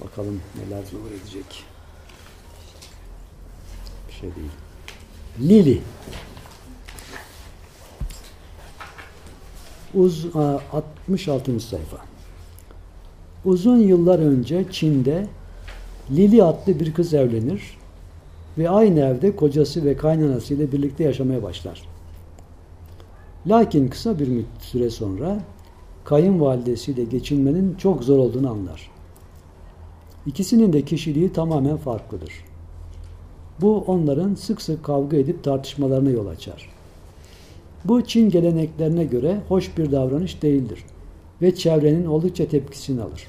Bakalım neler zuhur edecek. Bir şey değil. Lili. 66. sayfa. Uzun yıllar önce Çin'de Lili adlı bir kız evlenir ve aynı evde kocası ve kaynanasıyla birlikte yaşamaya başlar. Lakin kısa bir süre sonra kayınvalidesiyle geçinmenin çok zor olduğunu anlar. İkisinin de kişiliği tamamen farklıdır. Bu onların sık sık kavga edip tartışmalarına yol açar. Bu Çin geleneklerine göre hoş bir davranış değildir ve çevrenin oldukça tepkisini alır.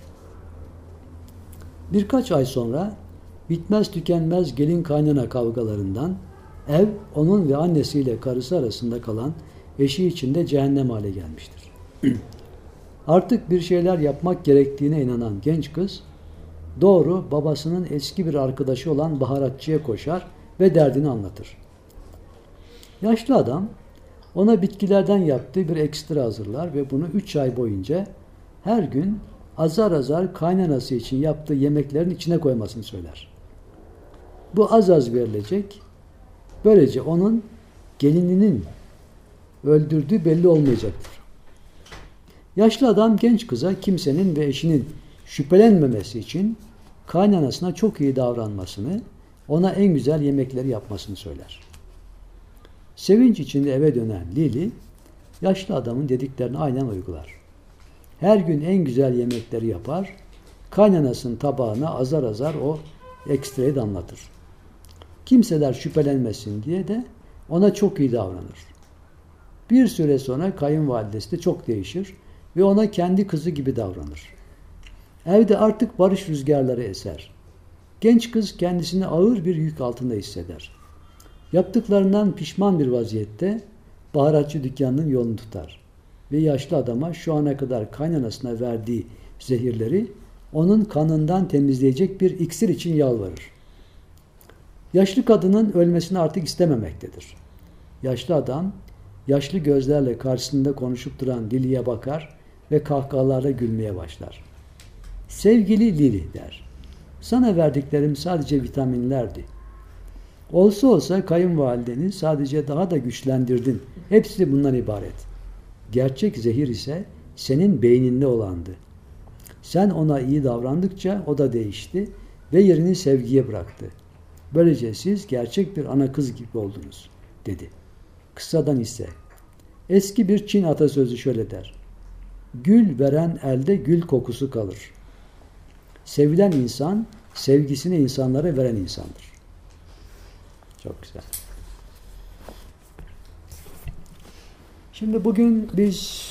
Birkaç ay sonra bitmez tükenmez gelin kaynana kavgalarından ev onun ve annesiyle karısı arasında kalan eşi için de cehennem hale gelmiştir. Artık bir şeyler yapmak gerektiğine inanan genç kız doğru babasının eski bir arkadaşı olan baharatçıya koşar ve derdini anlatır. Yaşlı adam ona bitkilerden yaptığı bir ekstra hazırlar ve bunu 3 ay boyunca her gün azar azar kaynanası için yaptığı yemeklerin içine koymasını söyler. Bu az az verilecek. Böylece onun gelininin öldürdüğü belli olmayacaktır. Yaşlı adam genç kıza kimsenin ve eşinin şüphelenmemesi için kaynanasına çok iyi davranmasını, ona en güzel yemekleri yapmasını söyler. Sevinç içinde eve dönen Lili, yaşlı adamın dediklerini aynen uygular. Her gün en güzel yemekleri yapar, kaynanasının tabağına azar azar o ekstrayı damlatır. Kimseler şüphelenmesin diye de ona çok iyi davranır. Bir süre sonra kayınvalidesi de çok değişir ve ona kendi kızı gibi davranır. Evde artık barış rüzgarları eser. Genç kız kendisini ağır bir yük altında hisseder. Yaptıklarından pişman bir vaziyette baharatçı dükkanının yolunu tutar. Ve yaşlı adama şu ana kadar kaynanasına verdiği zehirleri onun kanından temizleyecek bir iksir için yalvarır. Yaşlı kadının ölmesini artık istememektedir. Yaşlı adam yaşlı gözlerle karşısında konuşup duran Lili'ye bakar ve kahkahalarla gülmeye başlar. Sevgili Lili der. Sana verdiklerim sadece vitaminlerdi. Olsa olsa kayınvalideni sadece daha da güçlendirdin. Hepsi bundan ibaret. Gerçek zehir ise senin beyninde olandı. Sen ona iyi davrandıkça o da değişti ve yerini sevgiye bıraktı. Böylece siz gerçek bir ana kız gibi oldunuz, dedi. Kıssadan ise eski bir Çin atasözü şöyle der. Gül veren elde gül kokusu kalır. Sevilen insan, sevgisini insanlara veren insandır. Çok güzel. Şimdi bugün biz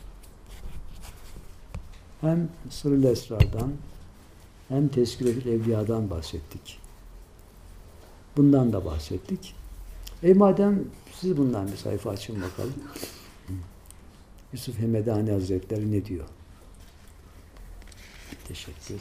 hem Sırrı Esrar'dan hem Tezkire-i Evliya'dan bahsettik. Bundan da bahsettik. Madem siz bundan bir sayfa açın bakalım. Yusuf Hemedani Hazretleri ne diyor? Teşekkür.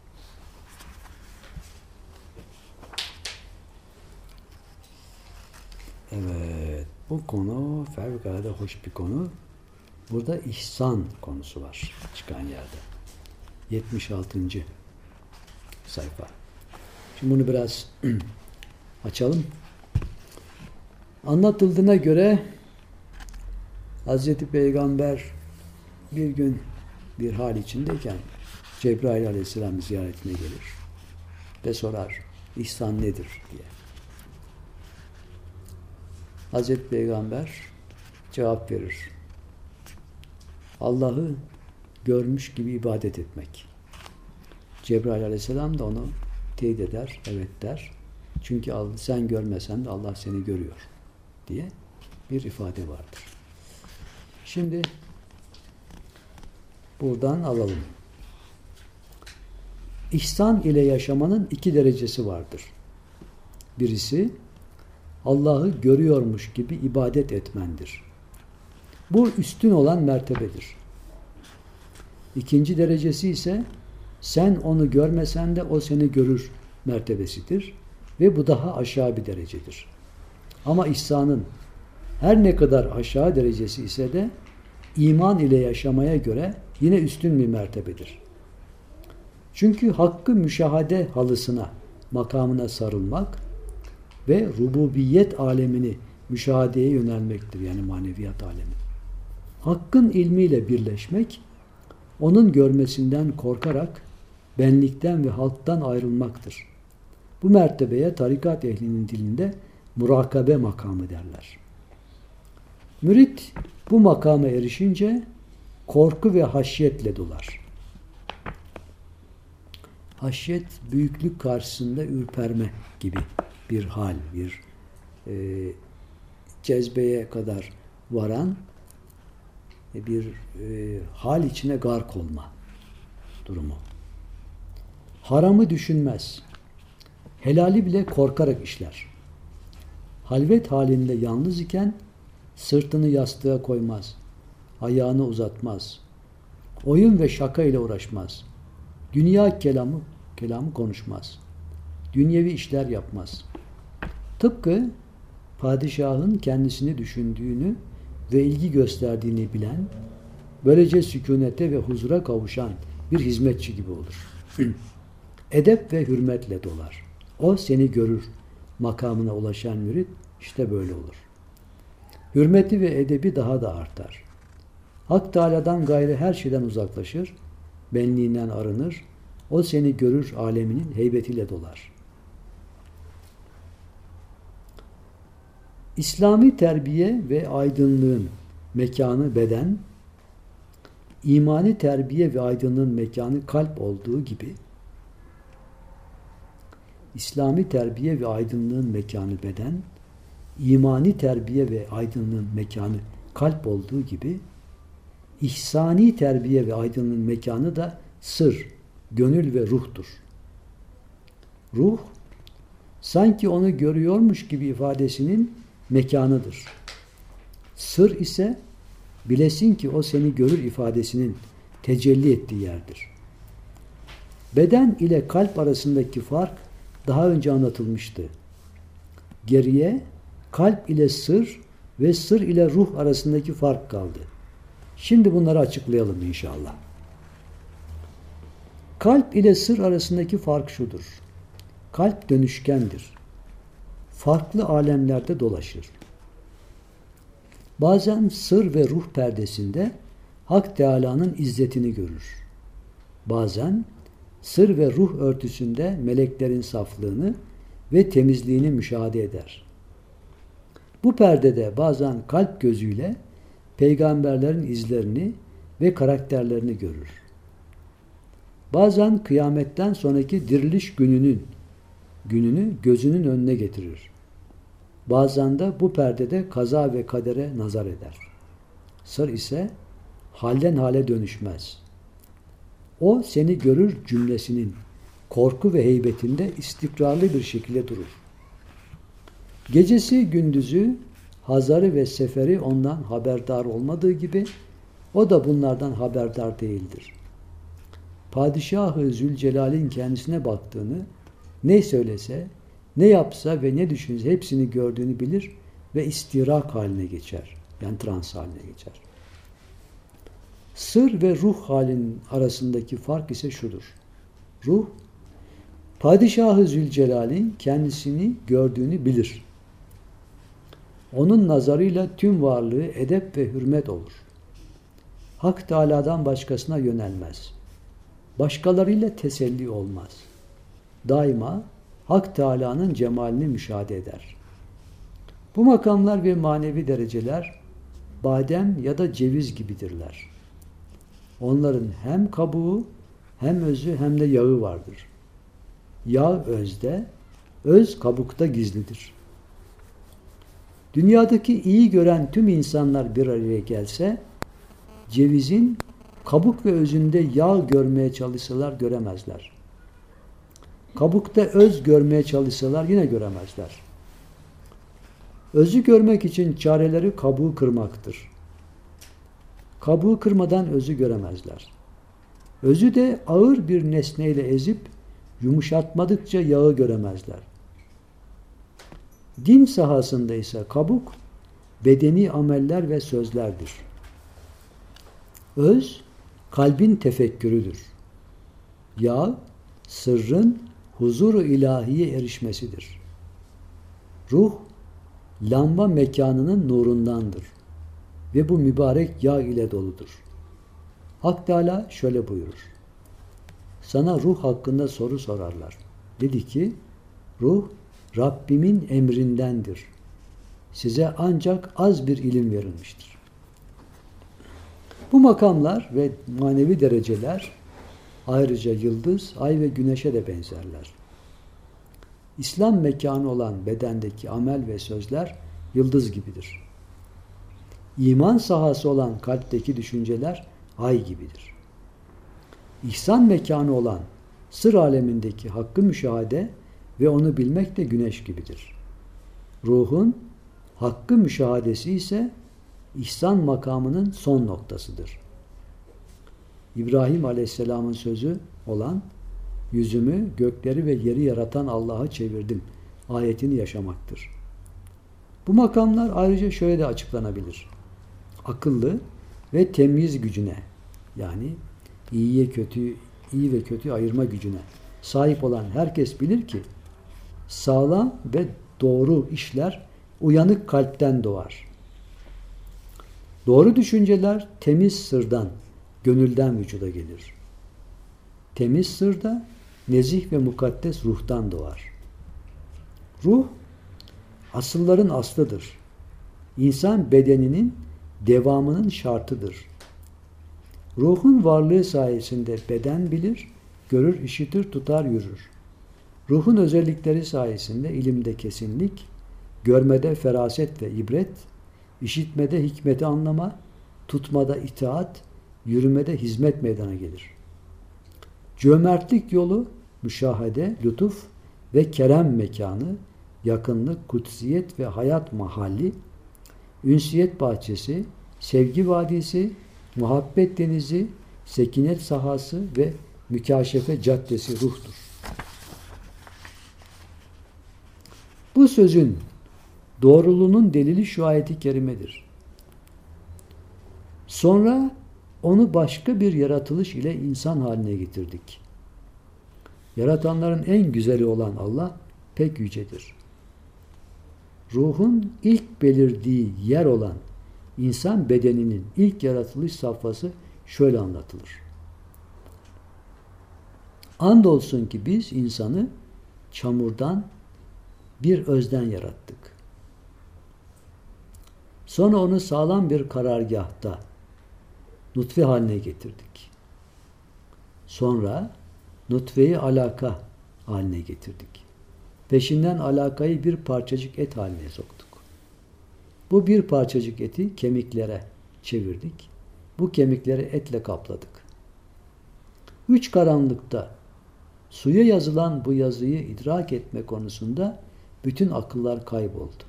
Evet. Bu konu fevkalade hoş bir konu. Burada ihsan konusu var çıkan yerde. 76. sayfa. Şimdi bunu biraz açalım. Anlatıldığına göre Hazreti Peygamber bir gün bir hal içindeyken Cebrail Aleyhisselam ziyaretine gelir ve sorar ihsan nedir diye. Hazreti Peygamber cevap verir. Allah'ı görmüş gibi ibadet etmek. Cebrail Aleyhisselam da onu teyit eder, evet der. Çünkü sen görmesen de Allah seni görüyor diye bir ifade vardır. Şimdi buradan alalım. İhsan ile yaşamanın 2 derecesi vardır. Birisi Allah'ı görüyormuş gibi ibadet etmendir. Bu üstün olan mertebedir. 2. derecesi ise sen onu görmesen de o seni görür mertebesidir ve bu daha aşağı bir derecedir. Ama ihsanın her ne kadar aşağı derecesi ise de iman ile yaşamaya göre yine üstün bir mertebedir. Çünkü hakkı müşahade halısına, makamına sarılmak ve rububiyet alemini müşahadeye yönelmektir. Yani maneviyat alemi. Hakkın ilmiyle birleşmek, onun görmesinden korkarak benlikten ve halktan ayrılmaktır. Bu mertebeye tarikat ehlinin dilinde murakabe makamı derler. Mürit bu makama erişince korku ve haşyetle dolar. Haşyet, büyüklük karşısında ürperme gibi bir hal, bir cezbeye kadar varan bir hal içine gark olma durumu. Haramı düşünmez. Helali bile korkarak işler. Halvet halinde yalnız iken sırtını yastığa koymaz. Ayağını uzatmaz. Oyun ve şaka ile uğraşmaz. Dünya kelamı konuşmaz. Dünyevi işler yapmaz. Tıpkı padişahın kendisini düşündüğünü ve ilgi gösterdiğini bilen, böylece sükunete ve huzura kavuşan bir hizmetçi gibi olur. Edep ve hürmetle dolar. O seni görür makamına ulaşan mürit işte böyle olur. Hürmeti ve edebi daha da artar. Hak Teâlâ'dan gayrı her şeyden uzaklaşır, benliğinden arınır, o seni görür aleminin heybetiyle dolar. İslami terbiye ve aydınlığın mekanı beden, imani terbiye ve aydınlığın mekanı kalp olduğu gibi, İslami terbiye ve aydınlığın mekanı beden, imani terbiye ve aydınlığın mekanı kalp olduğu gibi, ihsani terbiye ve aydınlığın mekanı da sır, gönül ve ruhtur. Ruh, sanki onu görüyormuş gibi ifadesinin mekanıdır. Sır ise, bilesin ki o seni görür ifadesinin tecelli ettiği yerdir. Beden ile kalp arasındaki fark daha önce anlatılmıştı. Geriye kalp ile sır ve sır ile ruh arasındaki fark kaldı. Şimdi bunları açıklayalım inşallah. Kalp ile sır arasındaki fark şudur. Kalp dönüşkendir. Farklı alemlerde dolaşır. Bazen sır ve ruh perdesinde Hak Teâlâ'nın izzetini görür. Bazen sır ve ruh örtüsünde meleklerin saflığını ve temizliğini müşahede eder. Bu perdede bazen kalp gözüyle peygamberlerin izlerini ve karakterlerini görür. Bazen kıyametten sonraki diriliş gününü gözünün önüne getirir. Bazen de bu perdede kaza ve kadere nazar eder. Sır ise halden hale dönüşmez. O seni görür cümlesinin korku ve heybetinde istikrarlı bir şekilde durur. Gecesi gündüzü, hazarı ve seferi ondan haberdar olmadığı gibi o da bunlardan haberdar değildir. Padişah-ı Zülcelal'in kendisine baktığını, ne söylese, ne yapsa ve ne düşünse hepsini gördüğünü bilir ve istirak haline geçer. Yani trans haline geçer. Sır ve ruh halinin arasındaki fark ise şudur. Ruh, Padişah-ı Zülcelal'in kendisini gördüğünü bilir. Onun nazarıyla tüm varlığı edep ve hürmet olur. Hak Teâlâ'dan başkasına yönelmez. Başkalarıyla teselli olmaz. Daima Hak Teâlâ'nın cemalini müşahede eder. Bu makamlar ve manevi dereceler badem ya da ceviz gibidirler. Onların hem kabuğu, hem özü hem de yağı vardır. Yağ özde, öz kabukta gizlidir. Dünyadaki iyi gören tüm insanlar bir araya gelse, cevizin kabuk ve özünde yağ görmeye çalışsalar göremezler. Kabukta öz görmeye çalışsalar yine göremezler. Özü görmek için çareleri kabuğu kırmaktır. Kabuğu kırmadan özü göremezler. Özü de ağır bir nesneyle ezip yumuşatmadıkça yağı göremezler. Din sahasında ise kabuk bedeni ameller ve sözlerdir. Öz kalbin tefekkürüdür. Yağ sırrın huzur-u ilahiye erişmesidir. Ruh, lamba mekanının nurundandır ve bu mübarek yağ ile doludur. Hak Teâlâ şöyle buyurur. Sana ruh hakkında soru sorarlar. Dedi ki, ruh Rabbimin emrindendir. Size ancak az bir ilim verilmiştir. Bu makamlar ve manevi dereceler ayrıca yıldız, ay ve güneşe de benzerler. İslam mekanı olan bedendeki amel ve sözler yıldız gibidir. İman sahası olan kalpteki düşünceler ay gibidir. İhsan mekanı olan sır alemindeki hakkı müşahede ve onu bilmek de güneş gibidir. Ruhun hakkı müşahadesi ise ihsan makamının son noktasıdır. İbrahim Aleyhisselam'ın sözü olan yüzümü gökleri ve yeri yaratan Allah'a çevirdim ayetini yaşamaktır. Bu makamlar ayrıca şöyle de açıklanabilir. Akıllı ve temyiz gücüne, yani iyi ve kötü ayırma gücüne sahip olan herkes bilir ki sağlam ve doğru işler uyanık kalpten doğar. Doğru düşünceler temiz sırdan, gönülden vücuda gelir. Temiz sır da nezih ve mukaddes ruhtan doğar. Ruh, asılların aslıdır. İnsan bedeninin devamının şartıdır. Ruhun varlığı sayesinde beden bilir, görür, işitir, tutar, yürür. Ruhun özellikleri sayesinde ilimde kesinlik, görmede feraset ve ibret, işitmede hikmeti anlama, tutmada itaat, yürümede hizmet meydana gelir. Cömertlik yolu, müşahede, lütuf ve kerem mekanı, yakınlık, kutsiyet ve hayat mahalli, ünsiyet bahçesi, sevgi vadisi, muhabbet denizi, sekinet sahası ve mükaşefe caddesi ruhtur. Bu sözün doğruluğunun delili şu ayet-i kerimedir. Sonra onu başka bir yaratılış ile insan haline getirdik. Yaratanların en güzeli olan Allah pek yücedir. Ruhun ilk belirdiği yer olan insan bedeninin ilk yaratılış safhası şöyle anlatılır. Andolsun ki biz insanı çamurdan bir özden yarattık. Sonra onu sağlam bir karargâhta nutfe haline getirdik. Sonra nutfeyi alaka haline getirdik. Peşinden alakayı bir parçacık et haline soktuk. Bu bir parçacık eti kemiklere çevirdik. Bu kemikleri etle kapladık. Üç karanlıkta suya yazılan bu yazıyı idrak etme konusunda bütün akıllar kayboldu.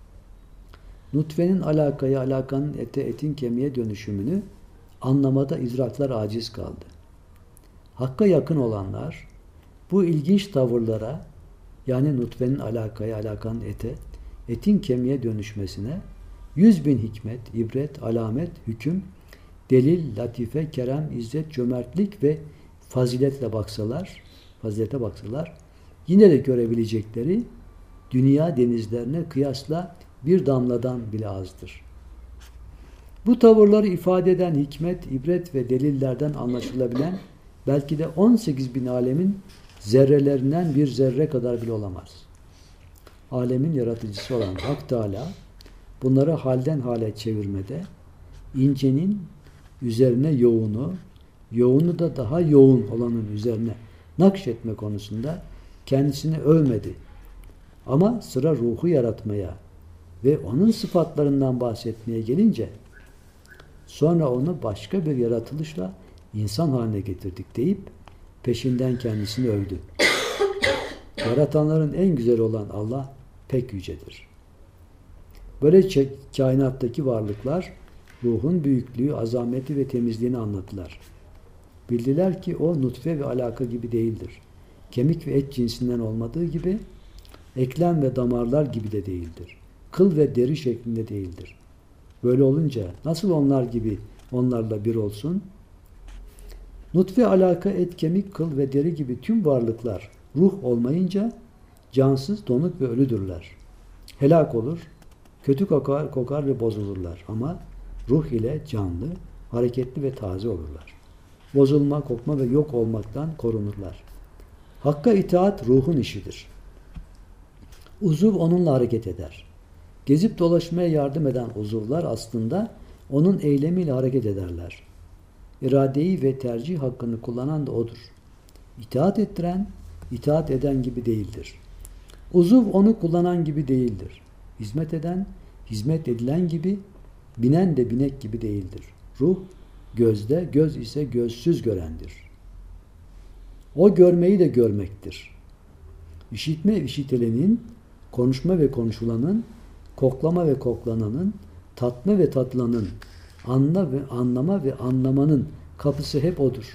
Nutfenin alakaya, alakanın ete, etin kemiğe dönüşümünü anlamada idraklar aciz kaldı. Hakka yakın olanlar bu ilginç tavırlara, yani nutfenin alakaya, alakanın ete, etin kemiğe dönüşmesine 100.000 hikmet, ibret, alamet, hüküm, delil, latife, kerem, izzet, cömertlik ve fazilete baksalar yine de görebilecekleri dünya denizlerine kıyasla bir damladan bile azdır. Bu tavırları ifade eden hikmet, ibret ve delillerden anlaşılabilen belki de 18.000 alemin zerrelerinden bir zerre kadar bile olamaz. Alemin yaratıcısı olan Hak Teâlâ bunları halden hale çevirmede incenin üzerine yoğunu da daha yoğun olanın üzerine nakşetme konusunda kendisini övmedi. Ama sıra ruhu yaratmaya ve onun sıfatlarından bahsetmeye gelince sonra onu başka bir yaratılışla insan haline getirdik deyip peşinden kendisini övdü. Yaratanların en güzeli olan Allah pek yücedir. Böylece kainattaki varlıklar ruhun büyüklüğü, azameti ve temizliğini anlattılar. Bildiler ki o nutfe ve alaka gibi değildir. Kemik ve et cinsinden olmadığı gibi eklem ve damarlar gibi de değildir. Kıl ve deri şeklinde değildir. Böyle olunca nasıl onlar gibi onlarla bir olsun? Nutfe, alaka, et, kemik, kıl ve deri gibi tüm varlıklar ruh olmayınca cansız, donuk ve ölüdürler. Helak olur, kötü kokar ve bozulurlar. Ama ruh ile canlı, hareketli ve taze olurlar. Bozulma, kokma ve yok olmaktan korunurlar. Hakka itaat ruhun işidir. Uzuv onunla hareket eder. Gezip dolaşmaya yardım eden uzuvlar aslında onun eylemiyle hareket ederler. İradeyi ve tercih hakkını kullanan da odur. İtaat ettiren, itaat eden gibi değildir. Uzuv onu kullanan gibi değildir. Hizmet eden, hizmet edilen gibi, binen de binek gibi değildir. Ruh, gözde, göz ise gözsüz görendir. O görmeyi de görmektir. İşitme işitilenin, konuşma ve konuşulanın, koklama ve koklananın, tatma ve tatılanın, anlama ve anlamanın kapısı hep odur.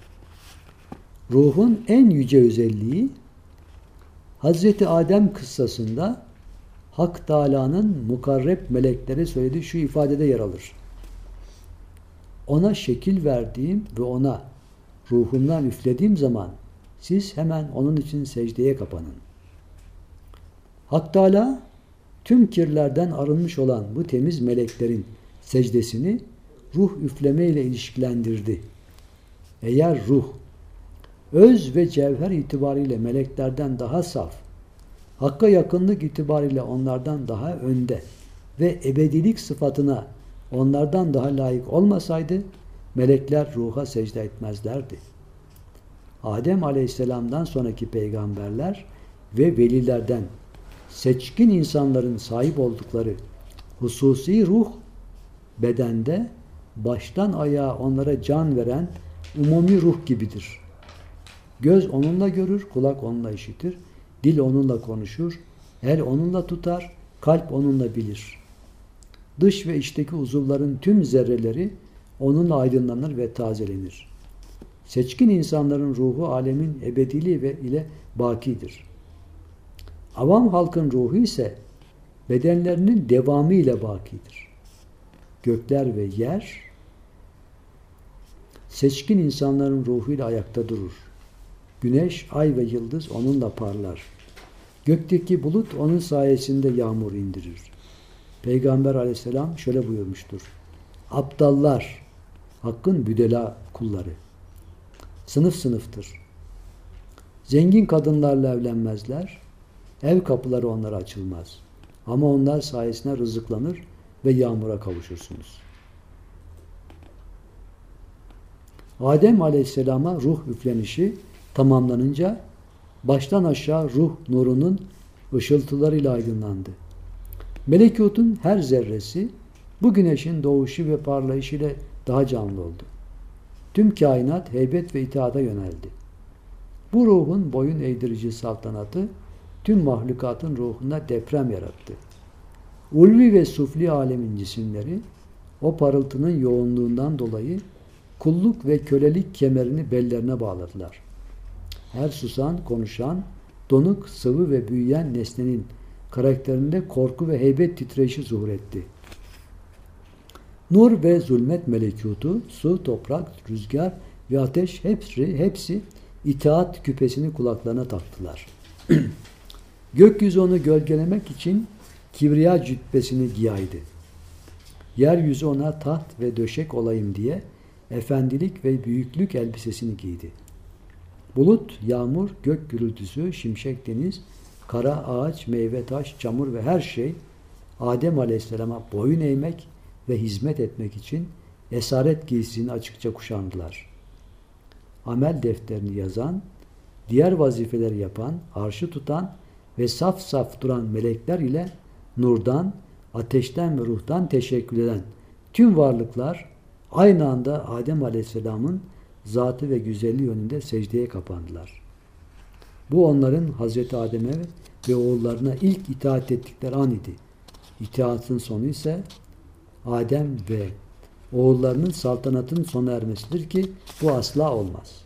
Ruhun en yüce özelliği, Hazreti Adem kıssasında Hak Teâlâ'nın mukarreb meleklere söylediği şu ifadede yer alır. Ona şekil verdiğim ve ona ruhumdan üflediğim zaman siz hemen onun için secdeye kapanın. Hak Teâlâ tüm kirlerden arınmış olan bu temiz meleklerin secdesini ruh üfleme ile ilişkilendirdi. Eğer ruh öz ve cevher itibariyle meleklerden daha saf, Hakk'a yakınlık itibariyle onlardan daha önde ve ebedilik sıfatına onlardan daha layık olmasaydı melekler ruha secde etmezlerdi. Adem Aleyhisselam'dan sonraki peygamberler ve velilerden seçkin insanların sahip oldukları hususi ruh bedende baştan ayağa onlara can veren umumi ruh gibidir. Göz onunla görür, kulak onunla işitir, dil onunla konuşur, el onunla tutar, kalp onunla bilir. Dış ve içteki uzuvların tüm zerreleri onunla aydınlanır ve tazelenir. Seçkin insanların ruhu alemin ebediliği ve ile bakidir. Avam halkın ruhu ise bedenlerinin devamı ile bakidir. Gökler ve yer seçkin insanların ruhuyla ayakta durur. Güneş, ay ve yıldız onunla parlar. Gökteki bulut onun sayesinde yağmur indirir. Peygamber aleyhisselam şöyle buyurmuştur. Aptallar, Hakk'ın büdela kulları. Sınıf sınıftır. Zengin kadınlarla evlenmezler. Ev kapıları onlara açılmaz. Ama onlar sayesinde rızıklanır ve yağmura kavuşursunuz. Adem Aleyhisselam'a ruh üflenişi tamamlanınca baştan aşağı ruh nurunun ışıltılarıyla aydınlandı. Melekutun her zerresi bu güneşin doğuşu ve parlayışıyla daha canlı oldu. Tüm kainat heybet ve itaata yöneldi. Bu ruhun boyun eğdirici saltanatı tüm mahlukatın ruhunda deprem yarattı. Ulvi ve sufli alemin cisimleri o parıltının yoğunluğundan dolayı kulluk ve kölelik kemerini bellerine bağladılar. Her susan, konuşan, donuk, sıvı ve büyüyen nesnenin karakterinde korku ve heybet titreşi zuhur etti. Nur ve zulmet melekutu, su, toprak, rüzgar ve ateş hepsi itaat küpesini kulaklarına taktılar. Gökyüzü onu gölgelemek için kibriya cübbesini giyaydı. Yeryüzü ona taht ve döşek olayım diye efendilik ve büyüklük elbisesini giydi. Bulut, yağmur, gök gürültüsü, şimşek deniz, kara ağaç, meyve taş, çamur ve her şey Adem Aleyhisselam'a boyun eğmek ve hizmet etmek için esaret giysisini açıkça kuşandılar. Amel defterini yazan, diğer vazifeleri yapan, arşı tutan ve saf saf duran melekler ile nurdan, ateşten ve ruhtan teşekkür eden tüm varlıklar aynı anda Adem Aleyhisselam'ın zatı ve güzelliği önünde secdeye kapandılar. Bu onların Hazreti Adem'e ve oğullarına ilk itaat ettikleri an idi. İtaatın sonu ise Adem ve oğullarının saltanatın sona ermesidir ki bu asla olmaz.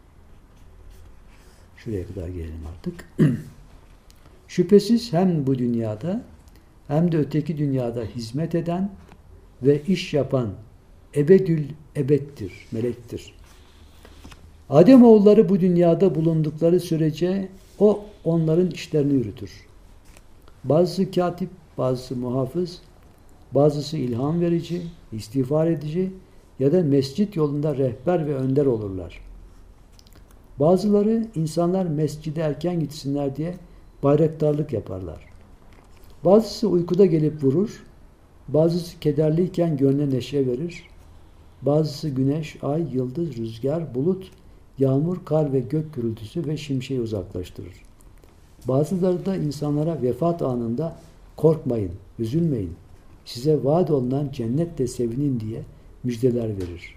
Şuraya kadar gelelim artık. Şüphesiz hem bu dünyada hem de öteki dünyada hizmet eden ve iş yapan ebedül ebettir, melektir. Ademoğulları bu dünyada bulundukları sürece o onların işlerini yürütür. Bazısı katip, bazısı muhafız, bazısı ilham verici, istiğfar edici ya da mescit yolunda rehber ve önder olurlar. Bazıları insanlar mescide erken gitsinler diye bayraktarlık yaparlar. Bazısı uykuda gelip vurur, bazısı kederliyken gönlüne neşe verir, bazısı güneş, ay, yıldız, rüzgar, bulut, yağmur, kar ve gök gürültüsü ve şimşeği uzaklaştırır. Bazıları da insanlara vefat anında korkmayın, üzülmeyin, size vaat olunan cennetle sevinin diye müjdeler verir.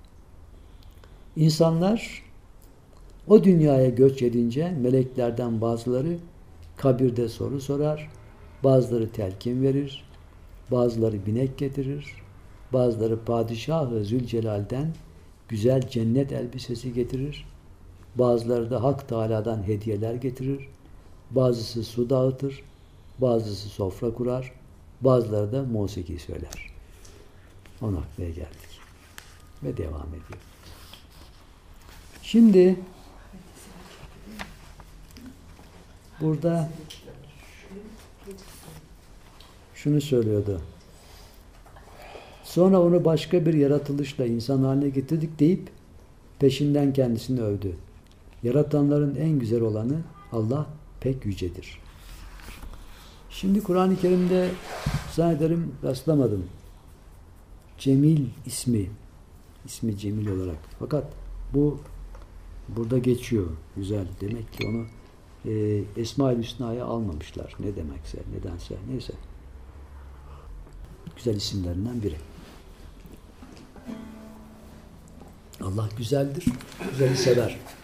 İnsanlar o dünyaya göç edince meleklerden bazıları kabirde soru sorar, bazıları telkin verir, bazıları binek getirir, bazıları Padişah-ı Zülcelal'den güzel cennet elbisesi getirir, bazıları da Hak Teâlâ'dan hediyeler getirir, bazısı su dağıtır, bazısı sofra kurar, bazıları da musiki söyler. O noktaya geldik. Ve devam ediyor. Şimdi burada şunu söylüyordu. Sonra onu başka bir yaratılışla insan haline getirdik deyip peşinden kendisini övdü. Yaratanların en güzel olanı Allah pek yücedir. Şimdi Kur'an-ı Kerim'de zannederim rastlamadım. Cemil ismi Cemil olarak. Fakat bu burada geçiyor. Güzel. Demek ki onu Esma-ül Hüsna'ya almamışlar. Ne demekse, nedense. Neyse. Güzel isimlerinden biri. Allah güzeldir. Güzeli sever.